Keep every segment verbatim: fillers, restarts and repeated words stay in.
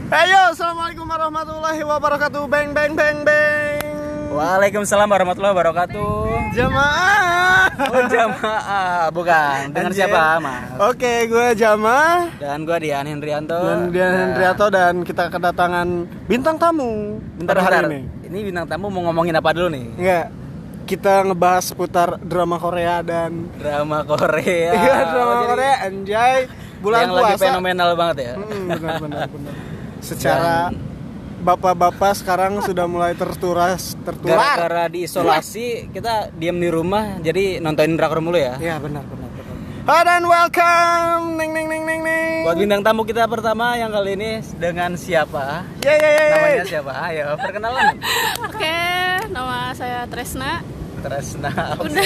Ayo, assalamualaikum warahmatullahi wabarakatuh. Bang, bang, bang, bang. Waalaikumsalam warahmatullahi wabarakatuh. Jamaah. Oh jamaah, bukan. Dengan Anjir. siapa, Mas? Oke, gue Jamaah. Dan gue Dian Hendrianto. Dan Dian Hendrianto dan kita kedatangan bintang tamu Bentar, pada hari bentar. ini. Ini bintang tamu mau ngomongin apa dulu nih? Enggak. Kita ngebahas seputar drama Korea dan Drama Korea. Iya, drama Oh, jadi Korea anjay. Bulan yang puasa. lagi fenomenal banget ya. Mm, benar, benar, benar. Secara bapak-bapak sekarang sudah mulai terturas, tertular. Gara-gara diisolasi, kita diam di rumah, jadi nontonin drakor mulu ya. Iya, benar, benar, benar. Oh, dan welcome. Neng neng neng neng neng. Buat bintang tamu kita pertama yang kali ini dengan siapa? Ye ye ye. Namanya siapa? Ayo, perkenalan. Oke, nama saya Tresna. Tresna. Udah.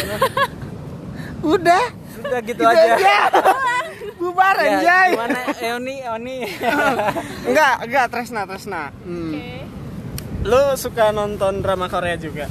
Udah. Udah gitu Gitu aja. aja. Bubar Ya, anjay. gimana Eoni, Eoni? Enggak, enggak Tresna, Tresna. Hmm. Oke. Lu suka nonton drama Korea juga?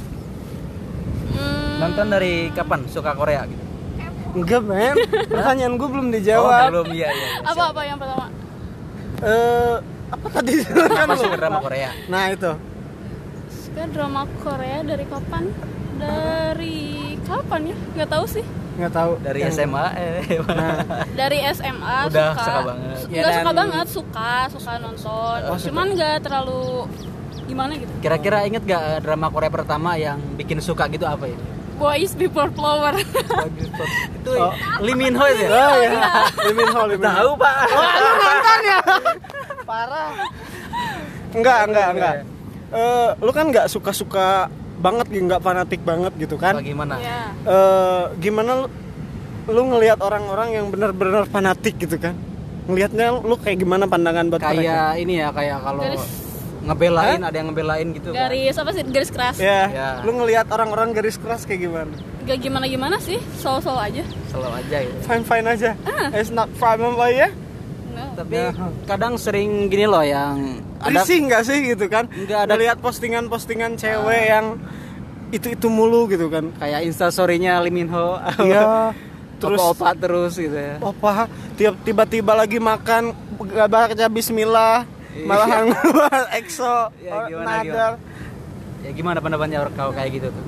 Hmm, Nonton dari kapan suka Korea gitu? Enggak, men. Pertanyaan gue belum Oh, dijawab. belum, iya iya. iya. apa-apa yang pertama? Eh, apa tadi? Kenapa suka drama Korea? Nah, itu. Suka drama Korea dari kapan? Dari kapan ya? Nggak tahu sih. Enggak tahu. Dari Yang- S M A eh Nah, Dari S M A Udah, suka. suka banget. Su- Ya, nggak suka dan- banget, suka, suka nonton. Oh, suka. Cuman nggak terlalu gimana gitu. kira-kira inget gak eh, drama Korea pertama yang bikin suka gitu apa ya? Boys Before Flower. Itu Oh. Lee Min Ho ya? oh ya. Lee Min Ho, Lee Min Ho. Tahu Pak. Oh, lu nonton ya? Parah. Enggak, enggak, enggak. Eh, lu kan enggak suka-suka banget, enggak fanatik banget gitu kan? Bagaimana? Iya. Eh, gimana lu, lu ngelihat orang-orang yang benar-benar fanatik gitu kan? Ngelihatnya lu kayak gimana pandangan buat mereka? Kayak ini ya, kayak kalau Garis. ngebelain, ada yang ngebelain gitu kan? Garis apa sih? Garis keras. Ya, Ya. lu ngelihat orang-orang garis keras kayak gimana? Gak gimana-gimana sih, sol-sol aja. Selalu aja ya. Fine-fine aja. Ah. It's not problem lah ya. Nggak. Tapi Ya. kadang sering gini loh yang ada Risih nggak sih gitu kan? Nggak ada- Lihat postingan-postingan cewek yang itu-itu mulu gitu kan? kayak instastory-nya Lee Min Ho. Iya. Terus Opa-opa terus gitu ya. opa tiap tiba-tiba lagi makan gak baca bismillah, Iya. malahan exo, Ya, gimana, nadar. Ya gimana pendapatnya kalau kayak gitu tuh?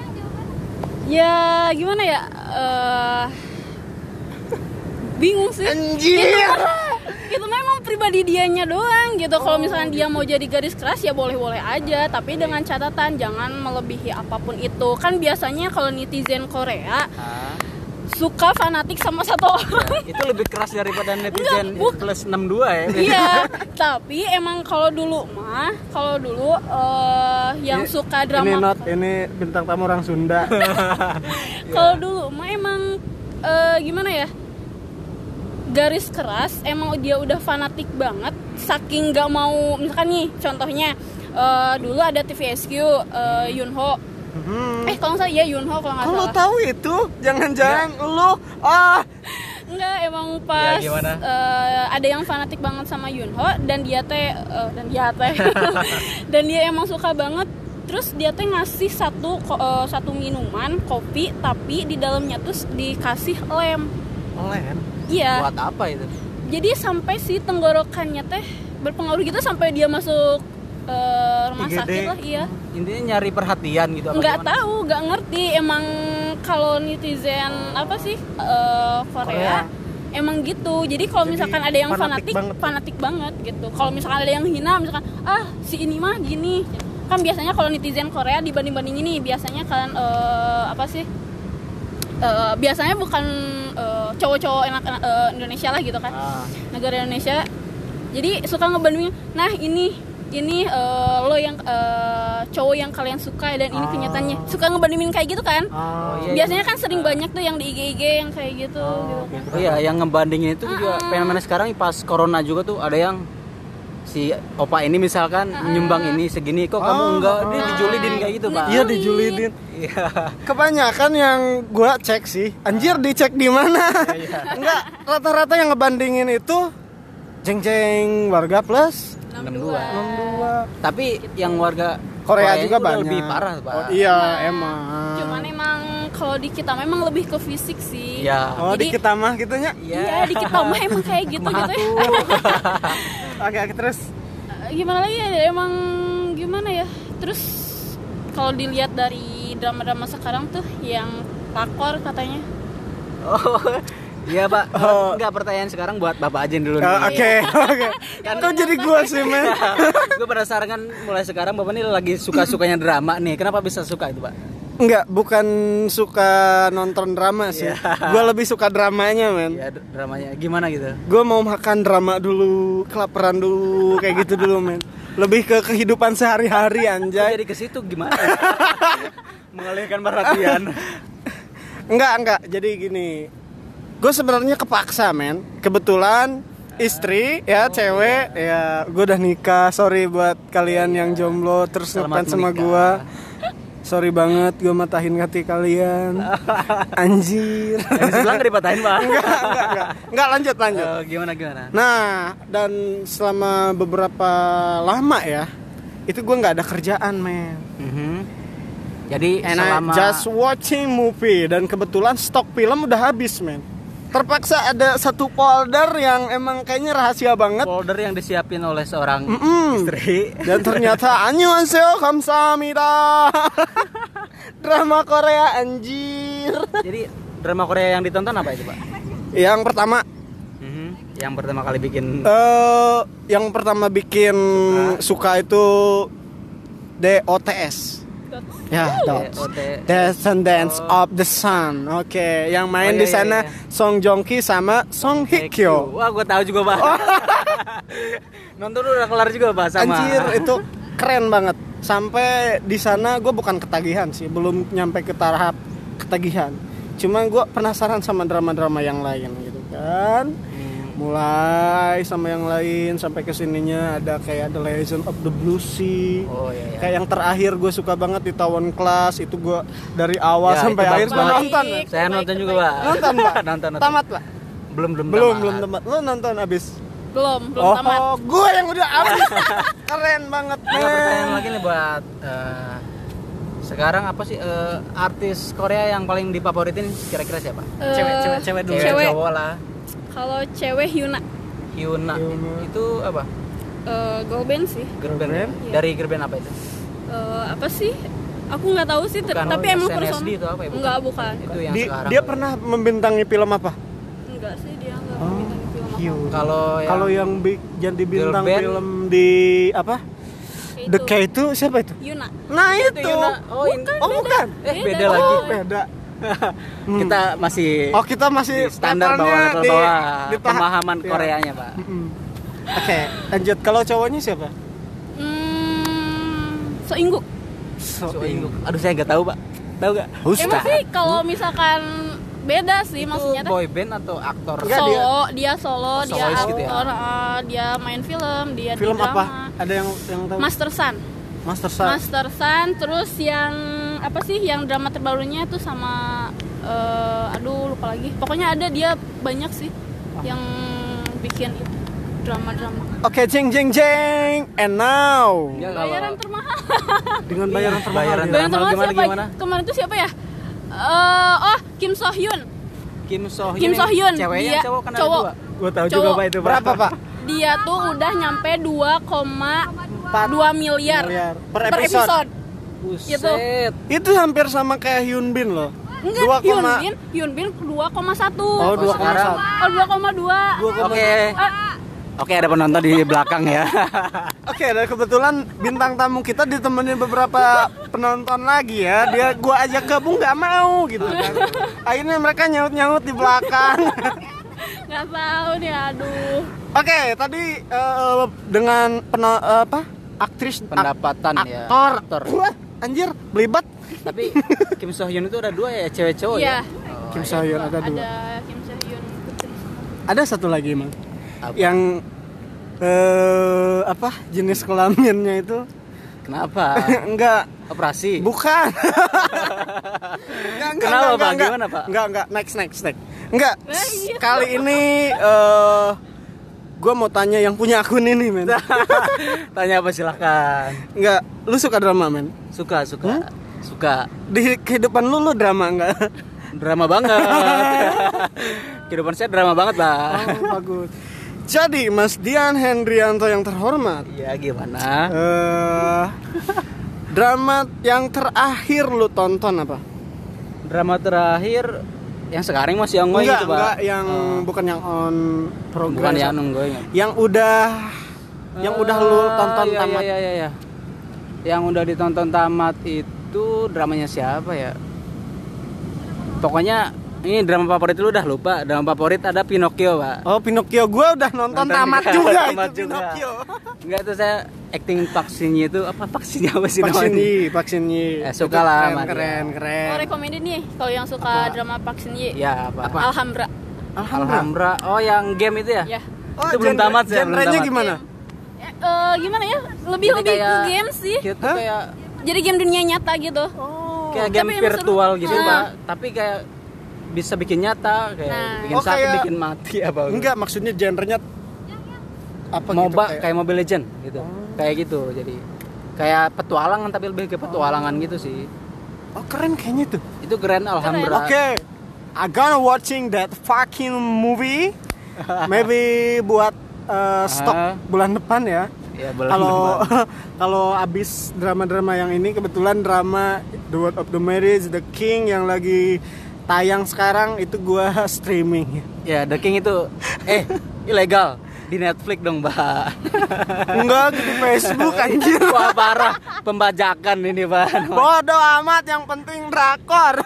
Ya gimana ya? Eh, bingung sih. Anjir. Itu memang pribadi dianya doang gitu. Kalau misalkan dia mau jadi garis keras ya boleh-boleh aja, tapi dengan catatan jangan melebihi apapun itu. Kan biasanya kalau netizen Korea Ah, suka fanatik sama satu orang. itu lebih keras daripada netizen Enggak, buk- plus enam puluh dua ya. Iya, tapi emang kalau dulu mah, kalau dulu eh, yang Ini- suka Ini drama not, ini bintang tamu orang Sunda. kalau dulu mah emang eh, gimana ya? Garis keras, emang dia udah fanatik banget, saking nggak mau, misalkan nih contohnya eh, dulu ada T V S Q eh, Yunho, Hmm. eh kalau nggak salah ya Yunho kalau nggak Kalau salah, tahu itu, jangan-jangan lu ah nggak emang pas Ya, gimana? eh, ada yang fanatik banget sama Yunho dan dia teh eh, dan dia teh dan dia emang suka banget, terus dia teh ngasih satu ko- eh, satu minuman kopi tapi di dalamnya tuh dikasih lem, lem. iya. Buat apa itu? Jadi sampai si tenggorokannya teh berpengaruh gitu sampai dia masuk eh, rumah I G D. sakit lah, iya. Intinya nyari perhatian gitu apa Nggak gimana? tahu, nggak ngerti emang kalau netizen apa sih eh, Korea, emang gitu. Jadi kalau Jadi misalkan ada yang fanatik fanatik, banget. fanatik banget gitu. Kalau misalkan ada yang hina, misalkan ah si ini mah gini. Kan biasanya kalau netizen Korea dibanding-banding ini biasanya kan eh, apa sih? Eh, biasanya bukan eh, cowok-cowok enak eh, Indonesia lah gitu kan. Ah, Negara Indonesia, jadi suka ngebandingin, nah ini ini eh, lo yang eh, cowok yang kalian suka dan ini Ah. kenyataannya, suka ngebandingin kayak gitu kan. Oh, iya. Biasanya kan sering banyak tuh yang di I G I G yang kayak gitu, gitu kan. Oh iya, yang ngebandingin itu juga Ah. fenomena sekarang pas corona juga tuh ada yang si opa ini misalkan nyumbang ini segini kok kamu Oh, enggak, oh. dia dijulidin kayak gitu, Pak. Iya, dijulidin. Iya. Kebanyakan yang gua cek sih, anjir dicek di mana? Enggak, rata-rata yang ngebandingin itu jeng-jeng warga plus enam puluh dua. enam puluh dua. Tapi yang warga Korea, Koreanya juga udah banyak. lebih parah, Pak. Oh, iya, emang. Cuman emang kalau di kita memang lebih ke fisik sih. Iya. Oh, Jadi- di kita mah gitunya. Iya, di kita mah emang kayak gitu gitu ya. Oke, oke, terus gimana lagi ya, emang gimana ya. Terus kalau dilihat dari drama-drama sekarang tuh yang lakor katanya. Oh, iya Pak. Oh. Enggak, pertanyaan sekarang buat Bapak aja dulu. Oke, oke. Kok jadi gua sih, men? Gue penasaran kan, mulai sekarang Bapak ini lagi suka-sukanya drama nih. Kenapa bisa suka itu, Pak? Enggak, bukan suka nonton drama sih. Yeah. Gua lebih suka dramanya, men. Iya, dramanya. Gimana gitu? Gua mau makan drama dulu, kelaparan dulu, kayak gitu dulu, men. Lebih ke kehidupan sehari-hari, anjay. Jadi ke situ gimana? Mengalihkan perhatian. Enggak, enggak. Jadi gini. Gue sebenarnya kepaksa, men. Kebetulan istri ya, cewek ya, gue udah nikah. Sorry buat kalian yang jomblo terus ngefans sama gue. Sorry banget, gue matahin hati kalian. Anjir. Yang sebelah gak dipatahin, Pak? Enggak, enggak, enggak. Enggak, lanjut, lanjut. Oh, gimana, gimana? Nah, dan selama beberapa lama ya, itu gue gak ada kerjaan, men. Mm-hmm. Jadi And selama... I just watching movie. Dan kebetulan stok film udah habis, men. Terpaksa ada satu folder yang emang kayaknya rahasia banget. Folder yang disiapin oleh seorang Mm-mm. istri. Dan ternyata annyeonghaseyo kamsahamnida. Drama Korea, anjir. Jadi drama Korea yang ditonton apa itu, Pak? Yang pertama Mm-hmm. Yang pertama kali bikin uh, Yang pertama bikin suka, suka itu D O T S. Ya, Dots. Descendants oh. of the Sun. Oke, okay. Yang main oh, iya, di sana iya, iya. Song Joong Ki sama Song Hye Kyo. Wah, gue tahu juga, Pak. Oh. Nonton udah kelar juga, Pak, sama. Anjir, itu keren banget. Sampai di sana gue bukan ketagihan sih, belum nyampe ke tahap ketagihan. Cuma gue penasaran sama drama-drama yang lain gitu kan. Mulai sama yang lain sampai kesininya ada kayak The Legend of the Blue Sea. Oh iya, iya. Kayak yang terakhir gue suka banget di Taiwan Class. Itu gue dari awal ya, sampai akhir gue nonton. Baik, Saya baik, nonton juga, Pak. Nonton, Pak. nonton, nonton. Tamat, Pak. Belum belum belum tamat. belum tamat. Lo nonton abis? Belum, belum oh, tamat. Oh, gue yang udah abis. Keren banget. Ada pertanyaan lagi nih buat uh, sekarang apa sih uh, artis Korea yang paling difavoritin kira-kira siapa? Uh, cewek, cewek, cewek dulu. Cewek. Cowok lah. Kalau cewek Hyuna. Hyuna. Hyuna. Itu apa? Uh, girl band sih. Girl band. Girl band? Ya? Dari girl band apa itu? Uh, apa sih? Aku nggak tahu sih, bukan, tapi oh, emang S N S D personal. itu apa ya? Bukan. Enggak, bukan. Itu yang Di, sekarang. dia pernah membintangi film apa? Enggak sih, dia enggak Oh, membintangi film apa. Kalau yang, kalau yang bi- jadi bintang band, film di apa? Itu. The K itu siapa itu? Yuna. Nah itu. Yuna. Oh, bukan, ini. Oh bukan. Eh Beda. beda Oh, lagi. Beda. Hmm. Kita masih Oh kita masih di standar bawah level di, bawah di tahap- pemahaman ya. Koreanya, Pak. Mm-mm. Oke, okay, lanjut. Kalau cowoknya siapa? Hmm, Soingguk. Soingguk. Aduh saya nggak tahu, Pak. Tahu nggak? Emang sih kalau misalkan beda sih itu maksudnya tuh. boy band atau aktor? Enggak, Solo, dia, solo, Oh, dia solois aktor, gitu ya? uh, dia main film, dia Film di drama. apa? Ada yang yang tahu? Master Sun. Master Sun. Master Sun, terus yang apa sih yang drama terbarunya tuh sama uh, aduh lupa lagi. Pokoknya ada dia banyak sih yang bikin itu drama-drama. Oke, okay, jeng jeng jeng. And now Ya, Bayaran kalau- termahal. dengan bayaran termahal. Bayaran ya. Bayaran termahal termahal gimana, siapa? gimana? Kemarin tuh siapa ya? Uh, oh, Kim So Hyun. Kim So Hyun. Kim So Hyun. Ceweknya Dia cowok kan ada cowok. dua. Gue tahu Cowok. juga Pak itu. Berapa, Pak? Dia tuh udah nyampe dua koma dua miliar, Miliar. Per per episode. episode. Buset. Itu hampir sama kayak Hyun Bin loh. Enggak, dua, Hyun Bin, Hyun Bin dua koma satu. Oh, dua koma satu. Oh, dua koma dua. Oke. Oke, ada penonton di belakang ya. Oke, dan kebetulan bintang tamu kita ditemenin beberapa penonton lagi ya. Dia gua ajak gabung nggak mau gitu kan. Akhirnya mereka nyaut-nyaut di belakang. Nggak tahu nih, aduh. Oke, tadi eh, dengan peno- eh, apa? Aktris ak- Pendapatan ya. aktor. Aktor. Wah, anjir, belibet. Tapi Kim So Hyun itu ada dua ya, cewek cowok Iya. ya. Kim So Hyun ada dua. Ada Kim So Hyun. Ada satu lagi, Mang. Apa? Yang eh apa? Jenis kelaminnya itu Kenapa? enggak Operasi. bukan. enggak, enggak, Kenapa, enggak, Pak? enggak. Gimana, Pak? Enggak, enggak, next next next. Enggak. Eh, iya. Kali ini eh gua mau tanya yang punya akun ini, men. Tanya apa silakan. Enggak, lu suka drama, men? Suka, suka. Hmm? Suka. Di kehidupan lu lu drama enggak? Drama banget. Kehidupan saya drama banget, Pak. Oh, bagus. Jadi Mas Dian Hendrianto yang terhormat, Iya, gimana? eh drama yang terakhir lu tonton apa? Drama terakhir yang sekarang masih ongoing Enggak, itu, Pak. enggak yang Oh. bukan yang on progress. Bukan yang ongoing. Yang udah yang udah lu tonton iya, tamat. Iya, iya, iya. Yang udah ditonton tamat itu dramanya siapa ya? Pokoknya ini drama favorit lu udah lupa. Drama favorit ada Pinocchio, Pak. Oh, Pinocchio gua udah nonton, Nonton tamat juga, juga, tamat itu juga. Pinocchio. Enggak tuh saya acting vaksinnya itu apa vaksinnya apa sih Vaksin namanya? Yi, vaksin Yi. Eh, suka Itu lah keren, sama dia. keren, keren. Oh, recommended nih kalau yang suka Apa? drama Park Shin Ye. Ya, apa? Alhambra. Alhambra. Oh, yang game itu ya? Ya. Oh, Itu belum genre- tamat saya, belum genrenya tamat. gimana? Eh, eh, gimana ya? Lebih Jadi lebih ke kayak- game sih. Gitu Hah? kayak Jadi game dunia nyata gitu. Oh. kayak tapi game emang seru. virtual gitu, Ah. Pak. Tapi kayak bisa bikin nyata, kayak Nah. bikin Oh, sakit, kayak- bikin mati apa. Enggak, maksudnya genrenya apa gitu MOBA kayak- kayak Mobile Legend gitu. Kayak gitu. Jadi kayak petualangan tapi lebih ke petualangan gitu sih. Oh, keren kayaknya tuh. Itu keren Alhambra. Oke. I gonna watching that fucking movie. Maybe buat uh, stok Ah. bulan depan ya. Ya, bulan Kalau depan. kalau abis drama-drama yang ini, kebetulan drama The World of the Marriage, The King yang lagi tayang sekarang itu gua streaming. Ya, The King itu eh ilegal di Netflix dong, Mbak. Enggak, di Facebook anjir. Wah, parah pembajakan ini, Pak. Bodoh amat, yang penting drakor.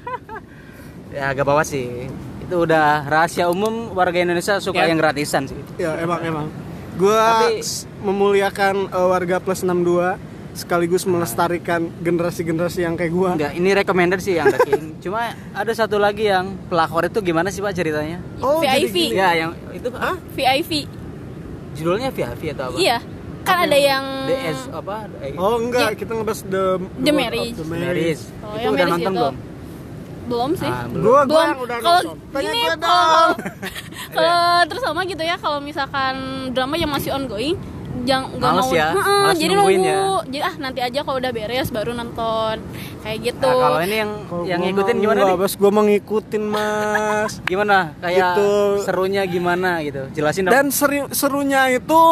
Ya, agak bawah sih. Itu udah rahasia umum warga Indonesia suka Ya. yang gratisan sih. Ya, emang emang. Gua Tapi- s- memuliakan uh, warga plus enam dua sekaligus melestarikan generasi-generasi yang kayak gua. Enggak, ini recommended sih yang The King. Cuma ada satu lagi yang pelakor itu gimana sih, Pak, ceritanya? Oh, V I V. jadi gini. Ya, yang itu Hah? V I V. judulnya V I V atau apa? Iya. Kan ada yang D S apa? Eh, Oh enggak, Iya. kita ngebahas the, The World Marriage. of the Marriage. Marriage. Oh, Itu yang udah Marriage nonton itu. belum? Belum sih. Ah, belum. Gua gua Belum. yang udah Kalau nonton. Tanya gini, gua kalau dong. kalau terus sama gitu ya, kalau misalkan drama yang masih ongoing, jangan nggak Males mau ya, Heeh, males jadi nungguin nunggu ya. jadi ah nanti aja kalau udah beres baru nonton kayak gitu. Nah, kalau ini yang Kalau yang gua ngikutin mah gimana enggak, nih? Bos, gua mau ngikutin, Mas. Gimana? Kayak Gitu. serunya gimana gitu. Jelasin dong. Dan seri- serunya itu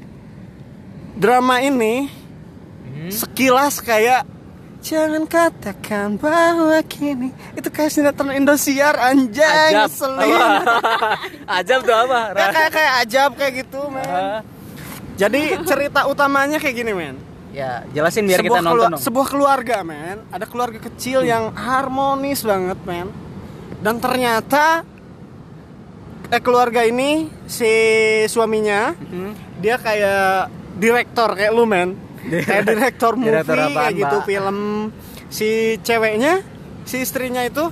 drama ini Hmm. sekilas kayak jangan katakan bahwa kini itu kayak sinetron Indosiar, anjay, Ajab. ngeselin. Ajab tuh apa? Kayak kayak kayak ajab kayak gitu, men. Ah, Jadi cerita utamanya kayak gini, men. ya, jelasin biar kita sebuah, nonton kelua- dong. sebuah keluarga, men. Ada keluarga kecil yang harmonis banget, men. Dan ternyata eh keluarga ini si suaminya Hmm. dia kayak direktor kayak lu, men. Kayak direktor movie Direktor apaan, kayak gitu, Pak? film. Si ceweknya, si istrinya itu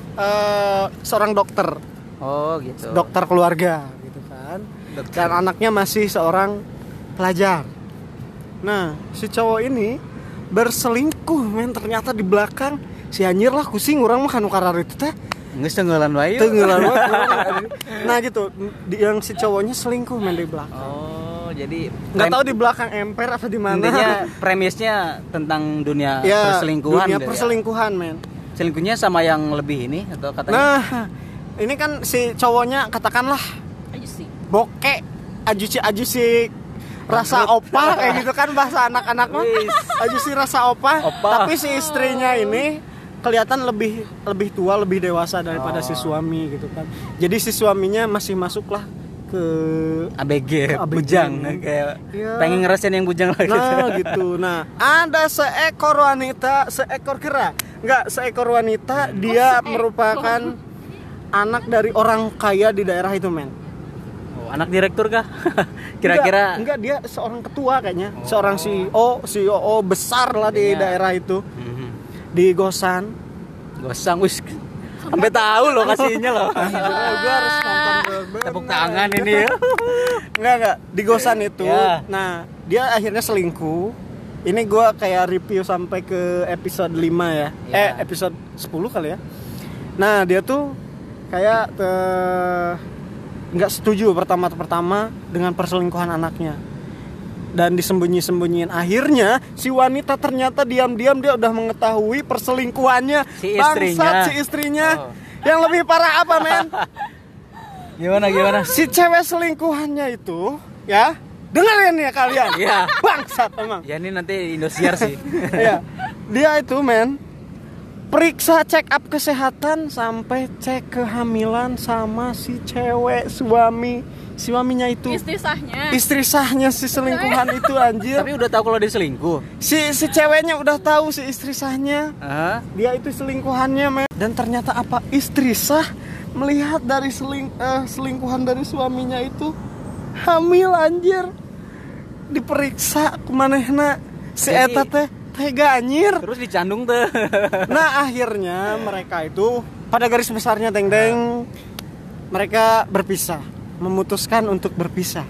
eh, seorang dokter, Oh, gitu. dokter keluarga gitu kan. Dan anaknya masih seorang pelajar. Nah, si cowok ini berselingkuh, men. Ternyata di belakang si anjir lah kusing orang mah kanu karar itu teh. Geus tenggelan wae. Teu ngeulan wae. Nah, gitu. Di- yang si cowoknya selingkuh, men, di belakang. Oh, jadi Nggak tahu di belakang emper apa di mana. intinya premisnya tentang dunia Ya, perselingkuhan. dunia gitu ya. perselingkuhan, men. Selingkuhnya sama yang lebih ini atau katanya? Nah, ini kan si cowoknya katakanlah Aja sih. bokeh, ajusi ajusi rasa opa kayak gitu kan bahasa anak-anak mah. Wis. Ajusi rasa opa, Opa. tapi si istrinya ini kelihatan lebih lebih tua, lebih dewasa daripada Oh. si suami gitu kan. Jadi si suaminya masih masuklah ke A B G, A B G. bujang kayak Iya. pengen ngerasain yang bujang lagi. Nah gitu. Nah, ada seekor wanita, seekor kera. Enggak, seekor wanita, dia seekor. merupakan anak dari orang kaya di daerah itu, men. Oh, anak direktur kah? Kira-kira enggak, enggak, dia seorang ketua kayaknya. Seorang C E O, C E O besar lah di Kayaknya- daerah itu. Mhm. Di Gosan. Gosang wis. Sampai tahu loh kasihnya loh. Gue harus nonton bener. Tepuk tangan ini ya. Enggak, enggak, di Gosan itu. Ya. Nah, dia akhirnya selingkuh. Ini gua kayak review sampai ke episode lima ya. Ya. Eh, episode sepuluh kali ya. Nah, dia tuh kayak eh, nggak setuju pertama-pertama dengan perselingkuhan anaknya. Dan disembunyi-sembunyiin, akhirnya si wanita ternyata diam-diam dia udah mengetahui perselingkuhannya Si istrinya. Bangsat, si istrinya. Oh. Yang lebih parah apa, men? Gimana gimana? Si cewek selingkuhannya itu, ya, dengerin ya kalian. Iya. Bangsat emang. Ya ini nanti Indosiar sih. Iya. Dia itu men periksa check up kesehatan sampai cek kehamilan sama si cewek suami suaminya itu. Istri sahnya. Istri sahnya si selingkuhan itu anjir. Tapi udah tahu kalau dia selingkuh. Si si ceweknya udah tahu si istri sahnya. Hah? Dia itu selingkuhannya men. Dan ternyata apa? Istri sah melihat dari seling, eh, selingkuhan dari suaminya itu hamil anjir. Diperiksa kumanehna si Jadi- eta teh tega anjir. Terus dicandung tuh. Nah akhirnya mereka itu pada garis besarnya teng teng mereka berpisah, memutuskan untuk berpisah,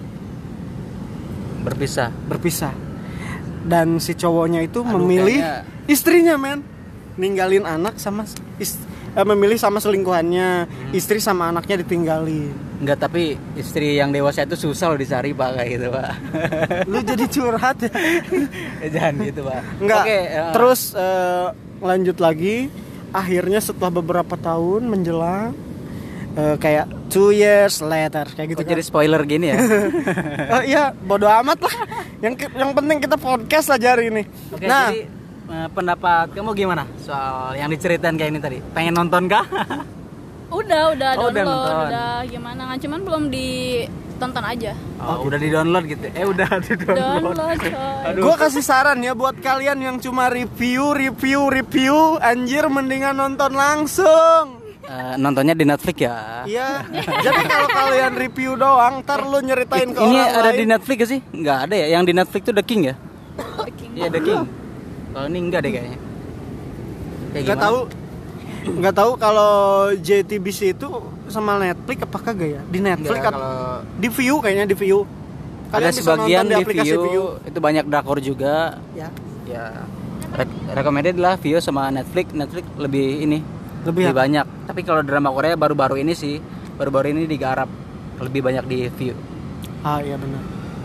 Berpisah. berpisah. Dan si cowoknya itu Aduh, memilih kayaknya- istrinya men, ninggalin anak sama is- eh, memilih sama selingkuhannya, Hmm. istri sama anaknya ditinggalin. Enggak, tapi istri yang dewasa itu susah loh dicari Pak kayak gitu Pak. Lu jadi curhat ya? Ya, jangan gitu Pak. Enggak. Oke, ya. Terus eh, lanjut lagi. Akhirnya setelah beberapa tahun menjelang eh, kayak two years later kayak gitu Kok kan. jadi spoiler gini ya? Oh iya, bodo amat lah. Yang yang penting kita podcast aja hari ini. Oke, nah, jadi eh, pendapat kamu gimana soal yang diceritain kayak ini tadi? Pengen nonton kah? Udah, udah Oh, udah download, nonton. udah gimana kan, cuman belum ditonton aja. Oh, udah di-download gitu. Eh, udah di-download. Download coy. Aduh. gua kasih saran ya buat kalian yang cuma review, review, review, anjir mendingan nonton langsung. Eh, nontonnya di Netflix ya. Iya. Jadi kalau kalian review doang, ntar lu nyeritain ke Ini orang ada lain. di Netflix gak sih? Enggak ada ya. Yang di Netflix tuh The King ya? King. Iya, The King. Kalau ini enggak deh kayaknya. Kayak Nggak tahu, nggak tahu kalau J T B C itu sama Netflix apa kagak ya? Di Netflix Enggak, atau kalau di View kayaknya di View. ada bisa sebagian nonton di aplikasi View, itu banyak drakor juga. Ya. Ya, re- recommended lah View sama Netflix. Netflix lebih ini, Lebih lebih banyak. Tapi kalau drama Korea baru-baru ini sih, baru-baru ini digarap lebih banyak di View. Ah iya benar.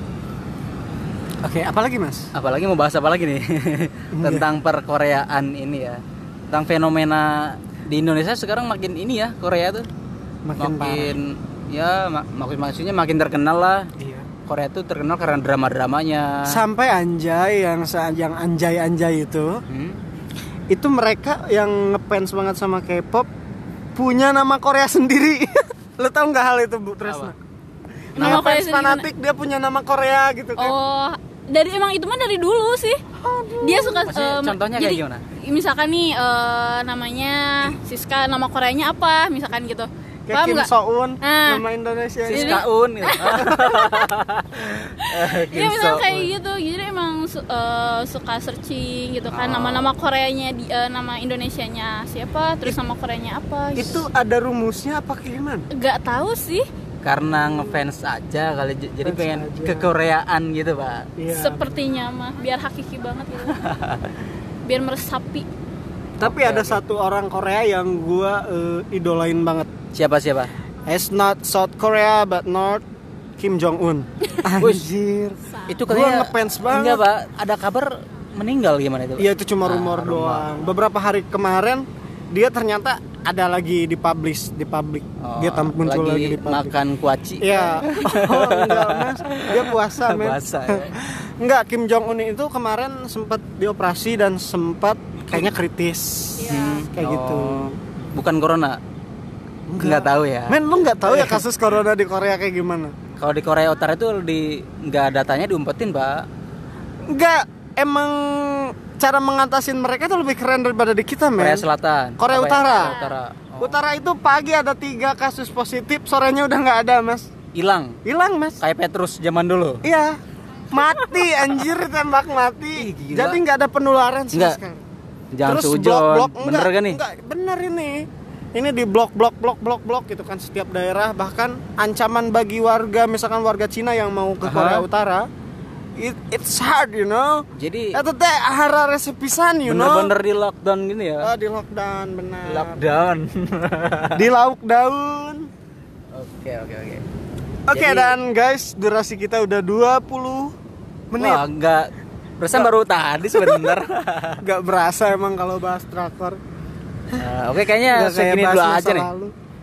Oke, apalagi Mas? Apalagi mau bahas apa lagi nih? Tentang perkoreaan ini ya. Tentang fenomena di Indonesia sekarang makin ini ya, Korea tuh. Makin, Makin ya mak- makin maksudnya makin terkenal lah. Iya. Korea tuh terkenal karena drama-dramanya. Sampai anjay yang sa- yang anjay-anjay itu, Hmm? itu mereka yang ngefans banget sama K-pop punya nama Korea sendiri. Lo tau nggak hal itu Bu Tresna? Nama Nama Korea fans sendiri fanatik dia punya nama Korea gitu kan. Oh, dari emang itu mah dari dulu sih. Dia suka Maksudnya em, contohnya kayak jadi, gimana? Misalkan nih eh, namanya Siska, nama Koreanya apa? Misalkan gitu. Kayak Paham Kim nggak? So-eun, Nah. nama Indonesia. Siska Un gitu. Iya misal kayak gitu, jadi emang su- eh, suka searching gitu kan, Oh. nama-nama Koreanya, di, eh, nama Indonesianya siapa, terus nama Koreanya apa? Itu ada rumusnya apa gimana? Gak tahu sih, Karena ngefans aja kali j- jadi Fans pengen aja. kekoreaan gitu, Pak. Iya. sepertinya mah biar hakiki banget gitu, biar meresapi. Tapi ada satu orang Korea yang gua eh, idolain banget. Siapa siapa? It's not South Korea but North Kim Jong Un. Anjir. Itu Gua katanya ngefans banget. Enggak, Pak. Ada kabar meninggal gimana itu? Pak? Iya itu cuma Ah, rumor rumor. doang. Beberapa hari kemarin dia ternyata ada lagi di publish di publik. Oh, dia tam- muncul lagi, lagi di publik. makan kuaci. Iya. Oh, enggak, Mas. Dia puasa, men. Puasa, ya. Enggak, Kim Jong Un itu kemarin sempat dioperasi dan sempat kayaknya kritis. Hmm, Kayak oh. gitu. Bukan corona. Enggak tahu ya. Men, lu nggak tahu ya kasus corona di Korea kayak gimana? Kalau di Korea Utara itu di enggak datanya diumpetin, Pak. Enggak, emang cara mengatasin mereka itu lebih keren daripada di kita, men. Korea Selatan. Korea Apa ya? Utara. Korea Utara. Oh. Utara itu pagi ada tiga kasus positif, sorenya udah nggak ada, Mas. Hilang. Hilang, Mas. Kayak Petrus zaman dulu. Iya. Mati anjir, tembak mati. Ih, gila. Jadi nggak ada penularan sama Enggak. sekali. Jangan Terus sujon. blok-blok Bener enggak, kan nih? Enggak, bener ini. Ini di blok blok blok blok blok gitu kan setiap daerah, bahkan ancaman bagi warga misalkan warga Cina yang mau ke Aha. Korea Utara. It, it's hard, you know. Jadi Itu teh hara resepisan, you know. bener-bener di lockdown gini ya. Oh, di lockdown benar. Lockdown. Di lauk daun. Oke, oke, oke. Oke, Jadi- dan guys, durasi kita udah dua puluh menit. Wah, enggak. Perasaan baru tadi sebentar. Gak berasa emang kalau bahas drakor. Nah, oke, kayaknya Nggak kayak segini bahas dulu masa aja nih. lalu.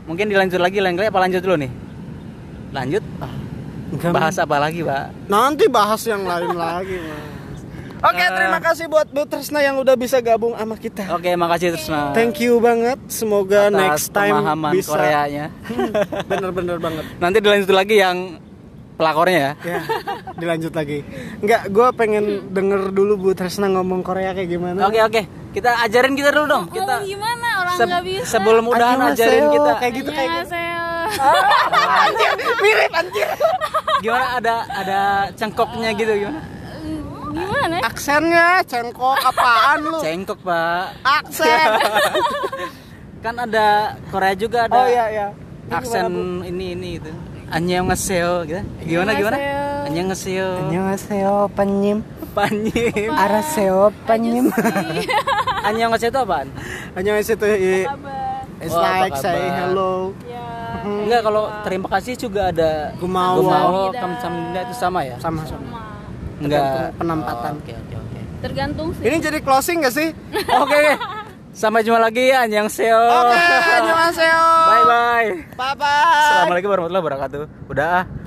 Mungkin dilanjut lagi lain kali apa lanjut dulu nih? Lanjut. Ah, Enggak, bahas apa lagi, Pak? nanti bahas yang lain lagi, Mas. Oke, Ah. terima kasih buat Bu Tresna yang udah bisa gabung sama kita. Oke, makasih Tresna. Thank you banget. Semoga atas next time pemahaman bisa. Koreanya. Bener-bener banget. Nanti dilanjut lagi yang pelakornya ya. Ya, dilanjut lagi. Enggak, gue pengen denger dulu Bu Tresna ngomong Korea kayak gimana. Oke, oke. Kita ajarin kita dulu dong. Kita Ngomong gimana orang se- nggak bisa. sebelum udahan Annyeonghaseyo, ajarin kita. kayak gitu kayak gitu. Annyeonghaseyo. Mirip anjir. Gimana ada ada cengkoknya gitu gimana? Gimana? Aksennya cengkok apaan lu? Cengkok, Pak. Aksen. Kan ada Korea juga ada. Oh iya iya. Ini Aksen gimana, Bu? ini ini itu. Annyeonghaseyo gitu. Gimana gimana? Annyeonghaseyo. Annyeonghaseyo penyim. Panyim. Araseo penyim. Annyeonghaseyo itu apaan? Annyeonghaseyo itu i- Kabar. it's Oh, apa like say kabar? hello. Ya. Enggak, kalau terima kasih juga ada Gumawo. Gumawo, Kamsahamnida. kamsahamnida itu sama ya? Sama sama. Sama. Enggak. Tergantung penempatan. Oh, Oke, oke, oke. Tergantung sih. Ini jadi closing gak sih? Oke. Sampai jumpa lagi. Annyeonghaseyo. Oke, annyeonghaseyo. Bye bye. Bye bye. Assalamualaikum warahmatullahi wabarakatuh. Udah ah.